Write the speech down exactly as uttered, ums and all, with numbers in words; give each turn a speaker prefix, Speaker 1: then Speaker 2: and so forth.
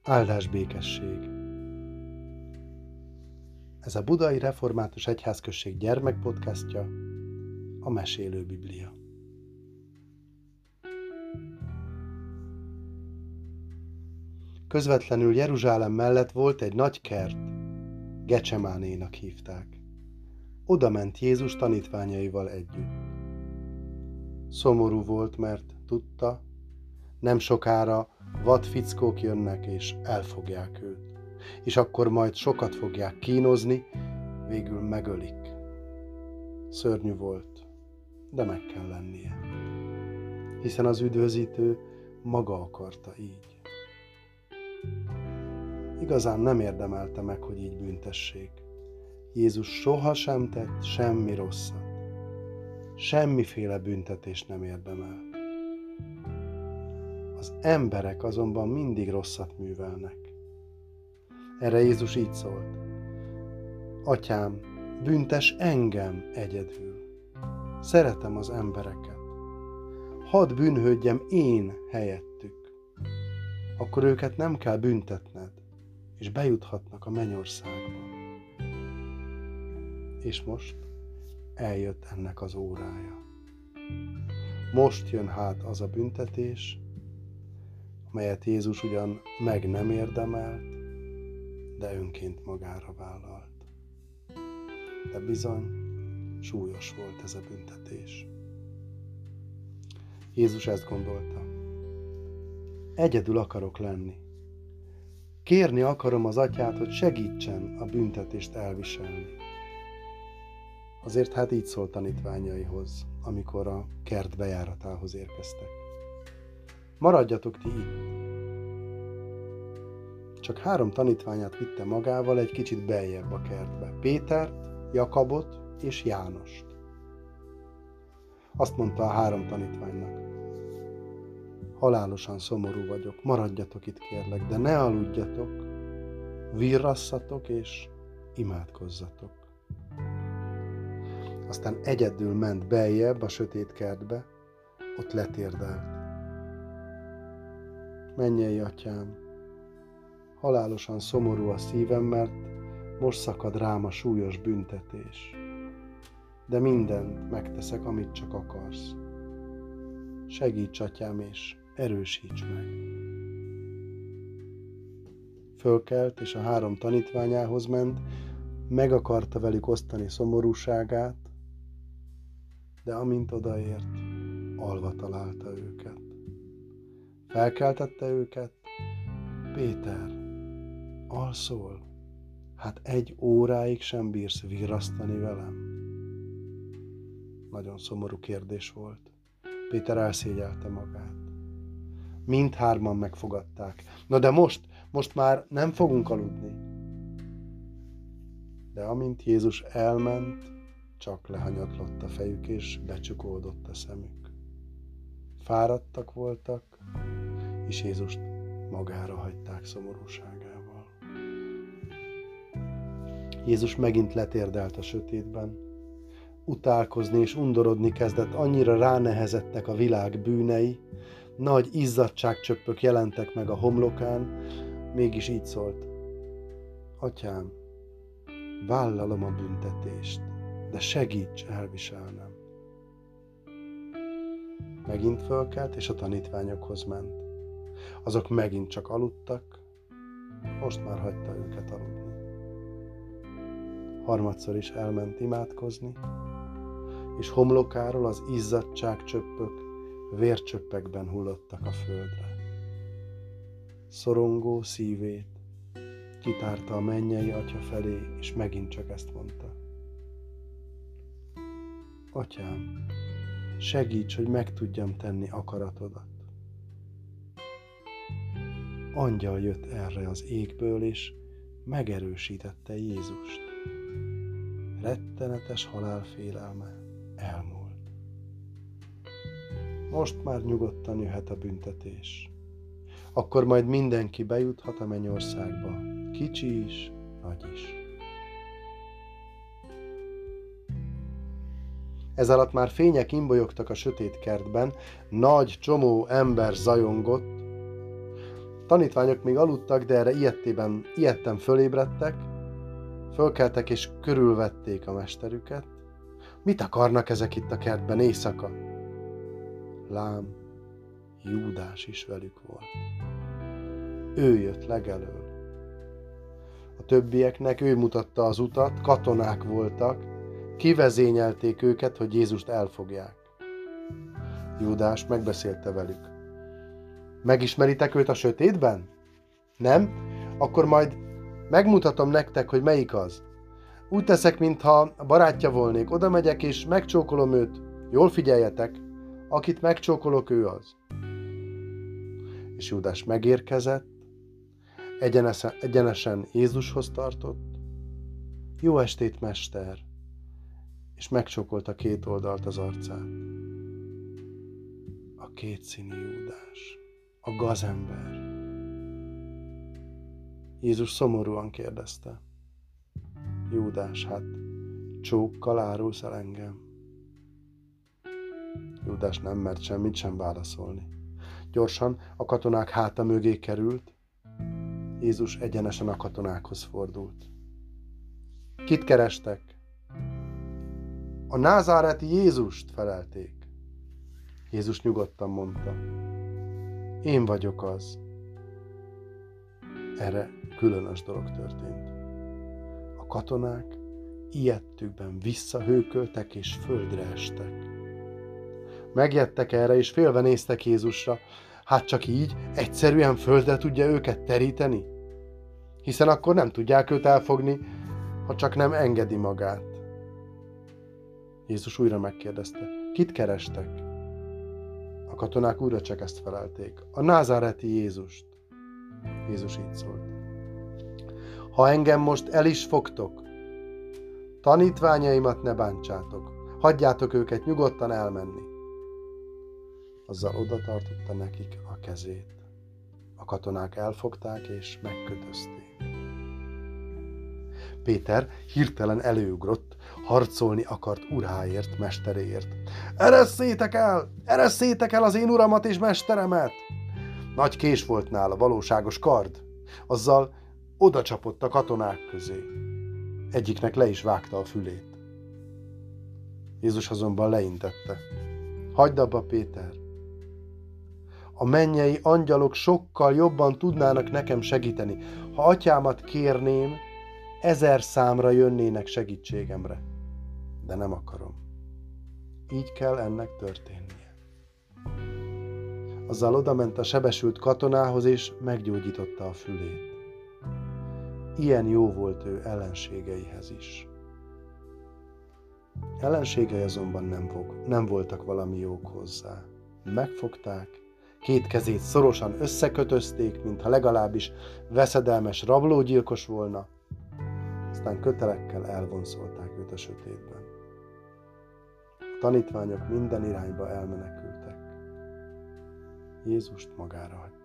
Speaker 1: Áldás békesség! Ez a Budai Református Egyházközség gyermekpodcastja, a Mesélő Biblia. Közvetlenül Jeruzsálem mellett volt egy nagy kert, Gecsemánénak hívták. Oda ment Jézus tanítványaival együtt. Szomorú volt, mert tudta, nem sokára vad fickók jönnek és elfogják őt, és akkor majd sokat fogják kínozni, végül megölik. Szörnyű volt, de meg kell lennie, hiszen az üdvözítő maga akarta így. Igazán nem érdemelte meg, hogy így büntessék. Jézus sohasem tett semmi rosszat. Semmiféle büntetést nem érdemel. Az emberek azonban mindig rosszat művelnek. Erre Jézus így szólt: Atyám, büntes engem egyedül. Szeretem az embereket. Hadd bűnhődjem én helyettük. Akkor őket nem kell büntetned, és bejuthatnak a mennyországba. És most eljött ennek az órája. Most jön hát az a büntetés, melyet Jézus ugyan meg nem érdemelt, de önként magára vállalt. De bizony súlyos volt ez a büntetés. Jézus ezt gondolta: egyedül akarok lenni. Kérni akarom az Atyát, hogy segítsen a büntetést elviselni. Azért hát így szólt tanítványaihoz, amikor a kert bejáratához érkeztek: Maradjatok ti itt. Csak három tanítványát vitte magával egy kicsit beljebb a kertbe: Pétert, Jakabot és Jánost. Azt mondta a három tanítványnak: Halálosan szomorú vagyok, maradjatok itt kérlek, de ne aludjatok, virrasszatok és imádkozzatok. Aztán egyedül ment beljebb a sötét kertbe, ott letérdelt: Mennyei Atyám, halálosan szomorú a szívem, mert most szakad rám a súlyos büntetés. De mindent megteszek, amit csak akarsz. Segíts, Atyám, és erősíts meg. Fölkelt, és a három tanítványához ment, meg akarta velük osztani szomorúságát, de amint odaért, alva találta őket. Felkeltette őket: Péter, alszol? Hát egy óráig sem bírsz virrasztani velem? Nagyon szomorú kérdés volt. Péter elszégyelte magát. Mindhárman megfogadták. Na de most, most már nem fogunk aludni. De amint Jézus elment, csak lehanyatlott a fejük, és becsukódott a szemük. Fáradtak voltak, és Jézust magára hagyták szomorúságával. Jézus megint letérdelt a sötétben. Utálkozni és undorodni kezdett, annyira ránehezettek a világ bűnei, nagy izzadságcsöppök jelentek meg a homlokán, mégis így szólt: Atyám, vállalom a büntetést, de segíts elviselnem. Megint fölkelt, és a tanítványokhoz ment. Azok megint csak aludtak, most már hagyta őket aludni. Harmadszor is elment imádkozni, és homlokáról az izzadságcsöppök vércsöppekben hullottak a földre. Szorongó szívét kitárta a mennyei Atya felé, és megint csak ezt mondta: Atyám, segíts, hogy meg tudjam tenni akaratodat. Angyal jött erre az égből, és megerősítette Jézust. Rettenetes halálfélelme elmúlt. Most már nyugodtan jöhet a büntetés. Akkor majd mindenki bejuthat a mennyországba, kicsi is, nagy is. Ez alatt már fények imbolyogtak a sötét kertben, nagy csomó ember zajongott, tanítványok még aludtak, de erre ilyettében, ilyetten fölébredtek, fölkeltek és körülvették a mesterüket. Mit akarnak ezek itt a kertben éjszaka? Lám, Júdás is velük volt. Ő jött legelől. A többieknek ő mutatta az utat, katonák voltak, kivezényelték őket, hogy Jézust elfogják. Júdás megbeszélte velük. Megismeritek őt a sötétben? Nem? Akkor majd megmutatom nektek, hogy melyik az. Úgy teszek, mintha barátja volnék. Oda megyek és megcsókolom őt. Jól figyeljetek, akit megcsókolok, ő az. És Júdás megérkezett, egyenesen, egyenesen Jézushoz tartott. Jó estét, mester! És megcsókolta két oldalt az arcát. A kétszínű Júdás, a gazember. Jézus szomorúan kérdezte. Júdás, hát csókkal árulsz el engem? Júdás nem mert semmit sem válaszolni. Gyorsan a katonák háta mögé került. Jézus egyenesen a katonákhoz fordult. Kit kerestek? A názáreti Jézust, felelték. Jézus nyugodtan mondta. Én vagyok az. Erre különös dolog történt. A katonák ijedtükben visszahőköltek és földre estek. Megjettek erre és félve néztek Jézusra. Hát csak így egyszerűen földre tudja őket teríteni? Hiszen akkor nem tudják őt elfogni, ha csak nem engedi magát. Jézus újra megkérdezte, kit kerestek? A katonák újra csak ezt felelték, a názáreti Jézust. Jézus így szólt. Ha engem most el is fogtok, tanítványaimat ne bántsátok, hagyjátok őket nyugodtan elmenni. Azzal oda tartotta nekik a kezét. A katonák elfogták és megkötözték. Péter hirtelen előugrott, harcolni akart uráért, mesteréért. Eresszétek el! Eresszétek el az én uramat és mesteremet! Nagy kés volt nála, valóságos kard. Azzal oda csapott a katonák közé. Egyiknek le is vágta a fülét. Jézus azonban leintette. Hagyd abba, Péter! A mennyei angyalok sokkal jobban tudnának nekem segíteni. Ha atyámat kérném, ezer számra jönnének segítségemre. De nem akarom. Így kell ennek történnie. Azzal odament a sebesült katonához, és meggyógyította a fülét. Ilyen jó volt ő ellenségeihez is. Ellenségei azonban nem, fog, nem voltak valami jók hozzá. Megfogták, két kezét szorosan összekötözték, mintha legalábbis veszedelmes rablógyilkos volna, aztán kötelekkel elvonszolták őt a sötétben. A tanítványok minden irányba elmenekültek. Jézust magára hagyták.